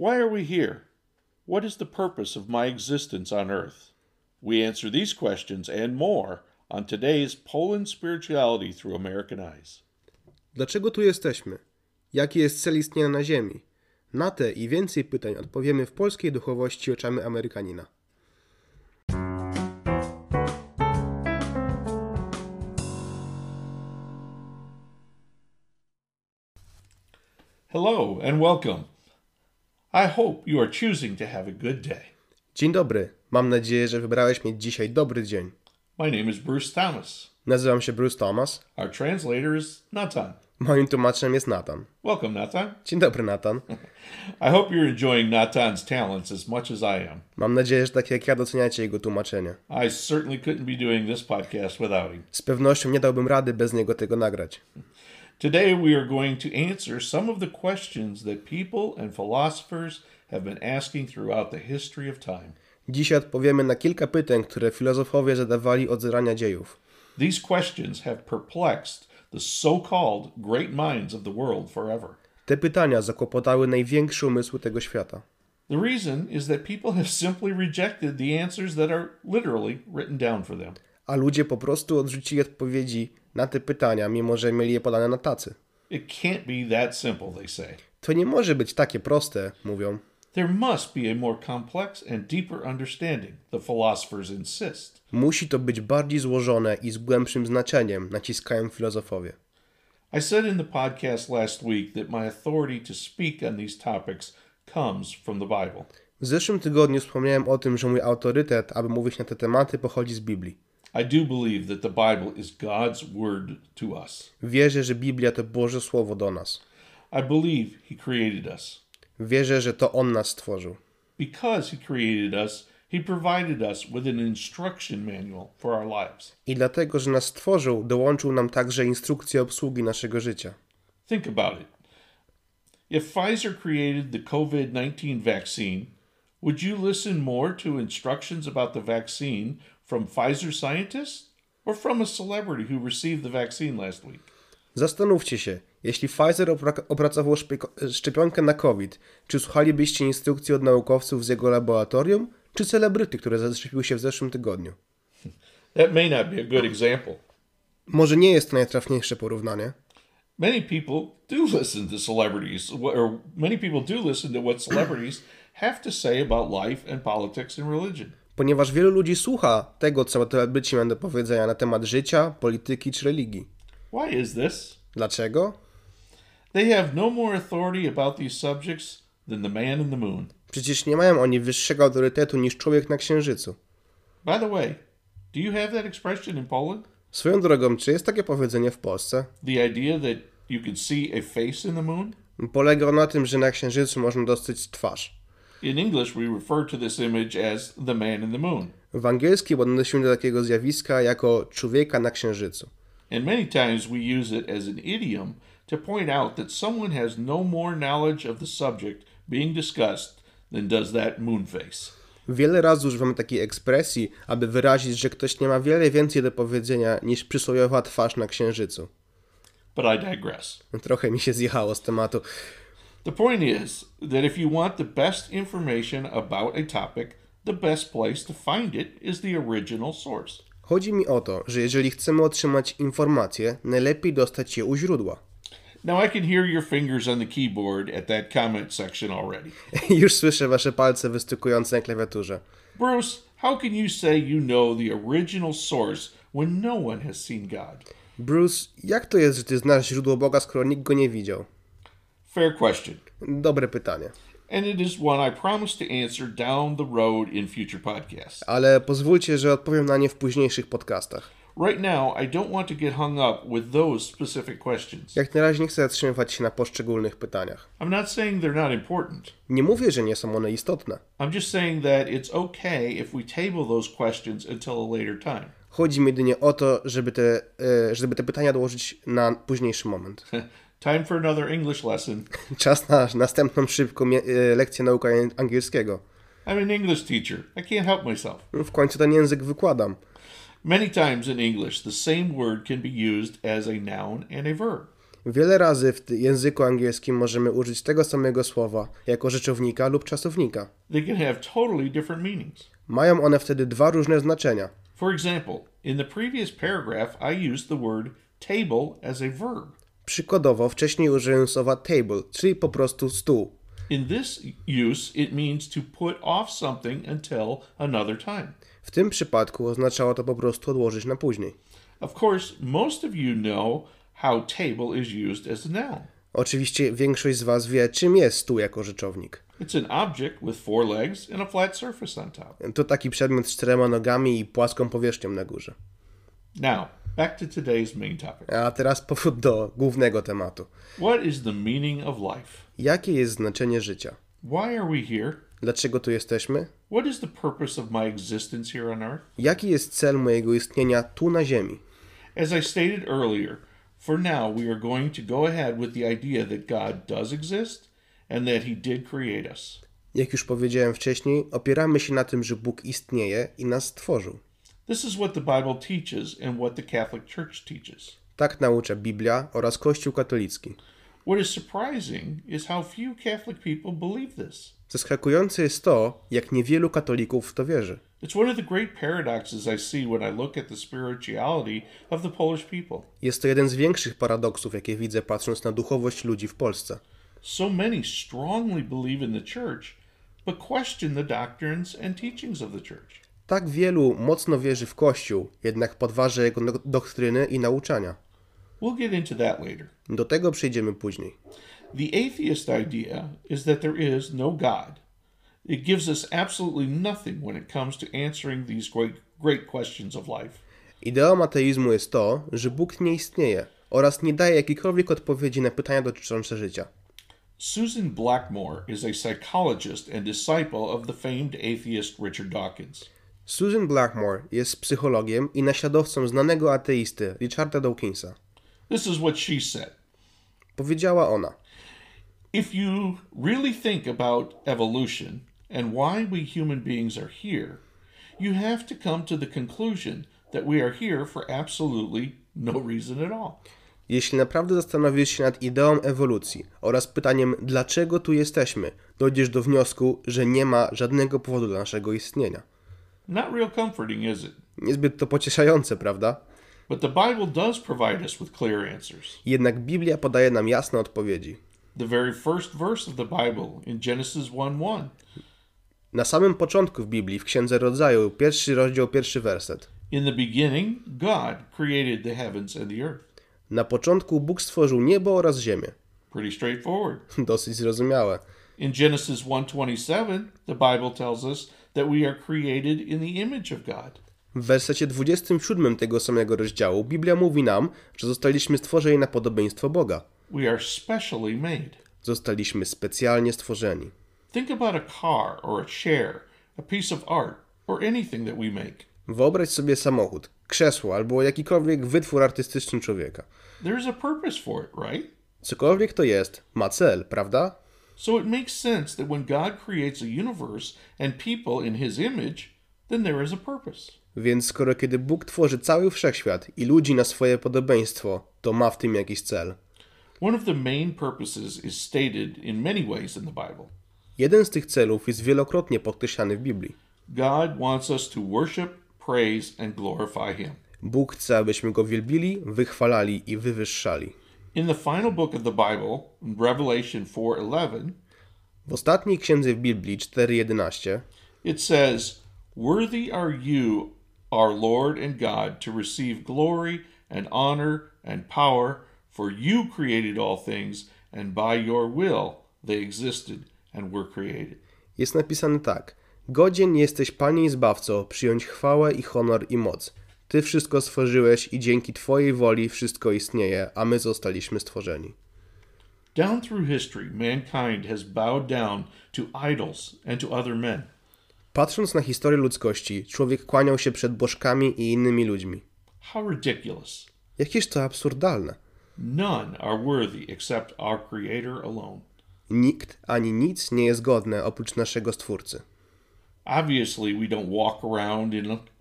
Why are we here? What is the purpose of my existence on earth? We answer these questions and more on today's Poland Spirituality Through American Eyes. Dlaczego tu jesteśmy? Jaki jest cel istnienia na Ziemi? Na te i więcej pytań odpowiemy w polskiej duchowości oczami Amerykanina. Hello and welcome. I hope you are choosing to have a good day. Dzień dobry. Mam nadzieję, że wybrałeś mieć dzisiaj dobry dzień. My name is Bruce Thomas. Nazywam się Bruce Thomas. Our translator is Nathan. Moim tłumaczem jest Nathan. Welcome, Nathan. Dzień dobry, Nathan. I hope you're enjoying Nathan's talents as much as I am. Mam nadzieję, że tak jak ja doceniacie jego tłumaczenie. I certainly couldn't be doing this podcast without him. Z pewnością nie dałbym rady bez niego tego nagrać. Today we are going to answer some of the questions that people and philosophers have been asking throughout the history of time. Dzisiaj odpowiemy na kilka pytań, które filozofowie zadawali od zarania dziejów. These questions have perplexed the so-called great minds of the world forever. Te pytania zakłopotały największe umysły tego świata. The reason is that people have simply rejected the answers that are literally written down for them. A ludzie po prostu odrzucili odpowiedzi na te pytania, mimo że mieli je podane na tacy. It can't be that simple, they say. To nie może być takie proste, mówią. There must be a more complex and deeper understanding, the philosophers insist. Musi to być bardziej złożone i z głębszym znaczeniem, naciskają filozofowie. I said in the podcast last week that my authority to speak on these topics comes from the Bible. W zeszłym tygodniu wspomniałem o tym, że mój autorytet, aby mówić na te tematy, pochodzi z Biblii. I do believe that the Bible is God's word to us. Wierzę, że Biblia to Boże Słowo do nas. I believe He created us. Wierzę, że to On nas stworzył. Because He created us, He provided us with an instruction manual for our lives. I dlatego, że nas stworzył, dołączył nam także instrukcję obsługi naszego życia. Think about it. If Pfizer created the COVID-19 vaccine, would you listen more to instructions about the vaccine from Pfizer scientists or from a celebrity who received the vaccine last week? Zastanówcie się, jeśli Pfizer opracował szczepionkę na COVID, czy słuchalibyście instrukcji od naukowców z jego laboratorium, czy celebryty, które zaszczepił się w zeszłym tygodniu? That may not be a good example. Może nie jest to najtrafniejsze porównanie. Many people do listen to celebrities, or many people do listen to what celebrities have to say about life and politics and religion. Ponieważ wielu ludzi słucha tego, co celebryci mają do powiedzenia na temat życia, polityki czy religii. Why is this? Dlaczego? They have no more authority about these subjects than the man in the moon. Przecież nie mają oni wyższego autorytetu niż człowiek na księżycu. By the way, do you have that expression in Poland? Swoją drogą, czy jest takie powiedzenie w Polsce? The idea that you can see a face in the moon? Polega na tym, że na księżycu można dostrzec twarz. In English, we refer to this image as the man in the moon. W angielskim odnosimy do takiego zjawiska jako człowieka na księżycu. And many times we use it as an idiom to point out that someone has no more knowledge of the subject being discussed than does that moon face. Wiele razy używamy takiej ekspresji, aby wyrazić, że ktoś nie ma wiele więcej do powiedzenia niż przysłowiowa twarz na księżycu. But I digress. Trochę mi się zjechało z tematu. The point is that if you want the best information about a topic, the best place to find it is the original source. Chodzi mi o to, że jeżeli chcemy otrzymać informacje, najlepiej dostać je u źródła. Now I can hear your fingers on the keyboard at that comment section already. Już słyszę wasze palce wystukujące na klawiaturze. Bruce, how can you say you know the original source when no one has seen God? Bruce, jak to jest, że ty znasz źródło Boga, skoro nikt go nie widział? Fair question. Dobre pytanie. And it is one I promise to answer down the road in future podcasts. Ale pozwólcie, że odpowiem na nie w późniejszych podcastach. Right now, I don't want to get hung up with those specific questions. Jak na razie nie chcę zatrzymywać się na poszczególnych pytaniach. I'm not saying they're not important. Nie mówię, że nie są one istotne. I'm just saying that it's okay if we table those questions until a later time. Chodzi mi jedynie o to, żeby te pytania odłożyć na późniejszy moment. Time for another English lesson. Czas na następną szybką lekcję nauki angielskiego. I'm an English teacher. I can't help myself. W końcu ten język wykładam. Many times in English, the same word can be used as a noun and a verb. Wiele razy w języku angielskim możemy użyć tego samego słowa jako rzeczownika lub czasownika. They can have totally different meanings. Mają one wtedy dwa różne znaczenia. For example, in the previous paragraph, I used the word table as a verb. Przykładowo, wcześniej użyłem słowa table, czyli po prostu stół. In this use, it means to put off something until another time. W tym przypadku oznaczało to po prostu odłożyć na później. Of course, most of you know how table is used as a noun. Oczywiście większość z was wie, czym jest stół jako rzeczownik. It's an object with 4 legs and a flat surface on top. To taki przedmiot z 4 nogami i płaską powierzchnią na górze. Now, back to today's main topic. A teraz powrót do głównego tematu. What is the meaning of life? Jakie jest znaczenie życia? Why are we here? Dlaczego tu jesteśmy? What is the purpose of my existence here on earth? Jaki jest cel mojego istnienia tu na ziemi? As I stated earlier, for now we are going to go ahead with the idea that God does exist and that He did create us. Jak już powiedziałem wcześniej, opieramy się na tym, że Bóg istnieje i nas stworzył. This is what the Bible teaches and what the Catholic Church teaches. Tak naucza Biblia oraz Kościół katolicki. What is surprising is how few Catholic people believe this. Zaskakujące jest to, jak niewielu katolików w to wierzy. It's one of the great paradoxes I see when I look at the spirituality of the Polish people. Jest to jeden z większych paradoksów, jakie widzę patrząc na duchowość ludzi w Polsce. So many strongly believe in the church, but question the doctrines and teachings of the church. Tak wielu mocno wierzy w Kościół, jednak podważa jego doktryny i nauczania. We'll get into that later. Do tego przejdziemy później. The atheist idea is that there is no God. It gives us absolutely nothing when it comes to answering these great questions of life. Ideą ateizmu jest to, że Bóg nie istnieje oraz nie daje jakiejkolwiek odpowiedzi na pytania dotyczące życia. Susan Blackmore is a psychologist and disciple of the famed atheist Richard Dawkins. Susan Blackmore jest psychologiem i naśladowcą znanego ateisty Richarda Dawkinsa. This is what she said. Powiedziała ona: If you really think about evolution and why we human beings are here, you have to come to the conclusion that we are here for absolutely no reason at all. Jeśli naprawdę zastanowisz się nad ideą ewolucji oraz pytaniem, dlaczego tu jesteśmy, dojdziesz do wniosku, że nie ma żadnego powodu dla naszego istnienia. Not real comforting, is it? Niezbyt to pocieszające, prawda? But the Bible does provide us with clear answers. Jednak Biblia podaje nam jasne odpowiedzi. The very first verse of the Bible in Genesis 1:1. Na samym początku w Biblii, w Księdze Rodzaju, 1 rozdział, 1 werset. In the beginning, God created the heavens and the earth. Na początku Bóg stworzył niebo oraz ziemię. Pretty straightforward. Dosyć zrozumiałe. In Genesis 1:27, the Bible tells us that we are created in the image of God. W wersecie 27 tego samego rozdziału Biblia mówi nam, że zostaliśmy stworzeni na podobieństwo Boga. We are specially made. Zostaliśmy specjalnie stworzeni. Think about a car or a chair, a piece of art, or anything that we make. Wyobraź sobie samochód, krzesło albo jakikolwiek wytwór artystyczny człowieka. There's a purpose for it, right? Cokolwiek to jest, ma cel, prawda? So it makes sense that when God creates a universe and people in His image, then there is a purpose. Więc skoro kiedy Bóg tworzy cały wszechświat i ludzi na swoje podobieństwo, to ma w tym jakiś cel. One of the main purposes is stated in many ways in the Bible. Jeden z tych celów jest wielokrotnie podkreślany w Biblii. God wants us to worship, praise, and glorify Him. Bóg chce, abyśmy Go wielbili, wychwalali i wywyższali. In the final book of the Bible, in Revelation 4:11, W ostatniej księdze w Biblii 4:11 it says, "Worthy are you, our Lord and God, to receive glory and honor and power, for you created all things, and by your will they existed and were created." jest napisane tak: Godzien jesteś, Panie i Zbawco, przyjąć chwałę i honor i moc. Ty wszystko stworzyłeś i dzięki Twojej woli wszystko istnieje, a my zostaliśmy stworzeni. Down through history, mankind has bowed down to idols and to other men. Patrząc na historię ludzkości, człowiek kłaniał się przed bożkami i innymi ludźmi. How ridiculous. Jakież to absurdalne. None are worthy except our Creator alone. Nikt ani nic nie jest godne oprócz naszego Stwórcy. Obviously, we don't walk around in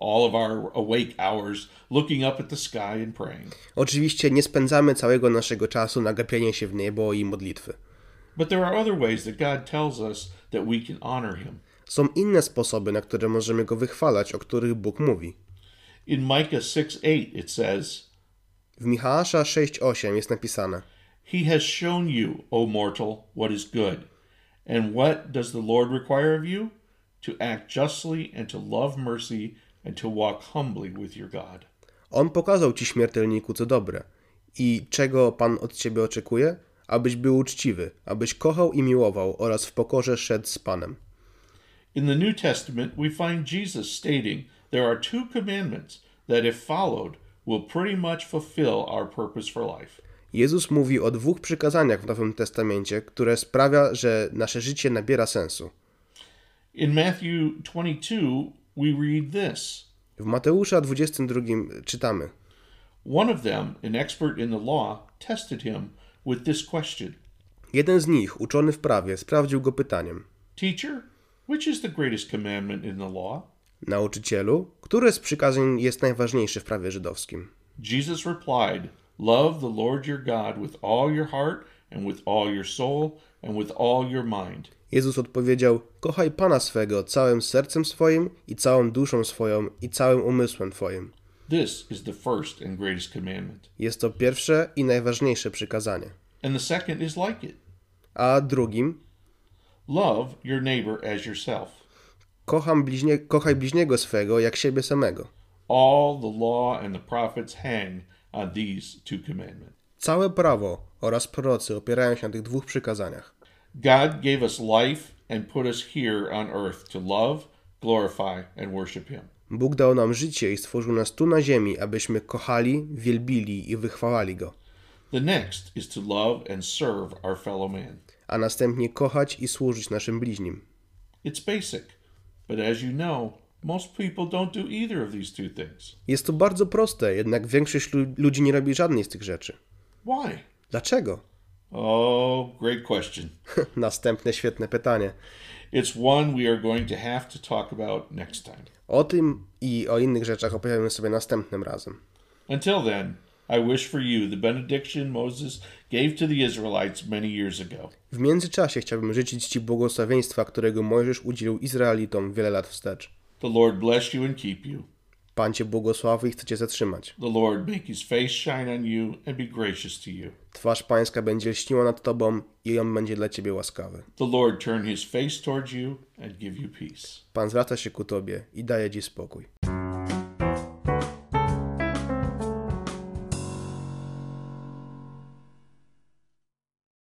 all of our awake hours looking up at the sky and praying. Oczywiście nie spędzamy całego naszego czasu na gapienie się w niebo i modlitwy. But there are other ways that God tells us that we can honor him. Są inne sposoby, na które możemy go wychwalać, o których Bóg mówi. In Micah 6:8 it says, W Michała 6:8 jest napisane: He has shown you, O mortal, what is good. And what does the Lord require of you? To act justly and to love mercy and to walk humbly with your God. On pokazał ci, śmiertelniku, co dobre. I czego Pan od ciebie oczekuje? Abyś był uczciwy, abyś kochał i miłował oraz w pokorze szedł z Panem. In the New Testament, we find Jesus stating there are two commandments that, if followed, will pretty much fulfill our purpose for life. Jezus mówi o dwóch przykazaniach w Nowym Testamencie, które sprawia, że nasze życie nabiera sensu. In Matthew 22, we read this. W Mateusza 22 czytamy: One of them, an expert in the law, tested him with this question. Jeden z nich, uczony w prawie, sprawdził go pytaniem: Teacher, which is the greatest commandment in the law? Nauczycielu, które z przykazań jest najważniejsze w prawie żydowskim? Jesus replied, Love the Lord your God with all your heart and with all your soul and with all your mind. Jezus odpowiedział: Kochaj Pana swego całym sercem swoim i całą duszą swoją i całym umysłem twoim. This is the first and greatest commandment. Jest to pierwsze i najważniejsze przykazanie. And the second is like it. A drugim: Love your neighbor as yourself. Kochaj bliźniego swego jak siebie samego. All the law and the prophets hang on these two commandments. Całe prawo oraz prorocy opierają się na tych dwóch przykazaniach. God gave us life and put us here on earth to love, glorify and worship him. Bóg dał nam życie i stworzył nas tu na ziemi, abyśmy kochali, wielbili i wychwalali Go. The next is to love and serve our fellow man. A następnie kochać i służyć naszym bliźnim. It's basic, but as you know, most people don't do either of these two things. Jest to bardzo proste, jednak większość ludzi nie robi żadnej z tych rzeczy. Why? Dlaczego? Oh, great question. Następne świetne pytanie. It's one we are going to have to talk about next time. O tym i o innych rzeczach opowiemy sobie następnym razem. Until then, I wish for you the benediction Moses gave to the Israelites many years ago. W międzyczasie chciałbym życzyć Ci błogosławieństwa, którego Mojżesz udzielił Izraelitom wiele lat wstecz. The Lord bless you and keep you. Pan Cię błogosławi i chce Cię zatrzymać. The Lord make his face shine on you and be gracious to you. Twarz Pańska będzie lśniła nad Tobą i On będzie dla Ciebie łaskawy. The Lord turn his face towards you and give you peace. Pan zwraca się ku Tobie i daje Ci spokój.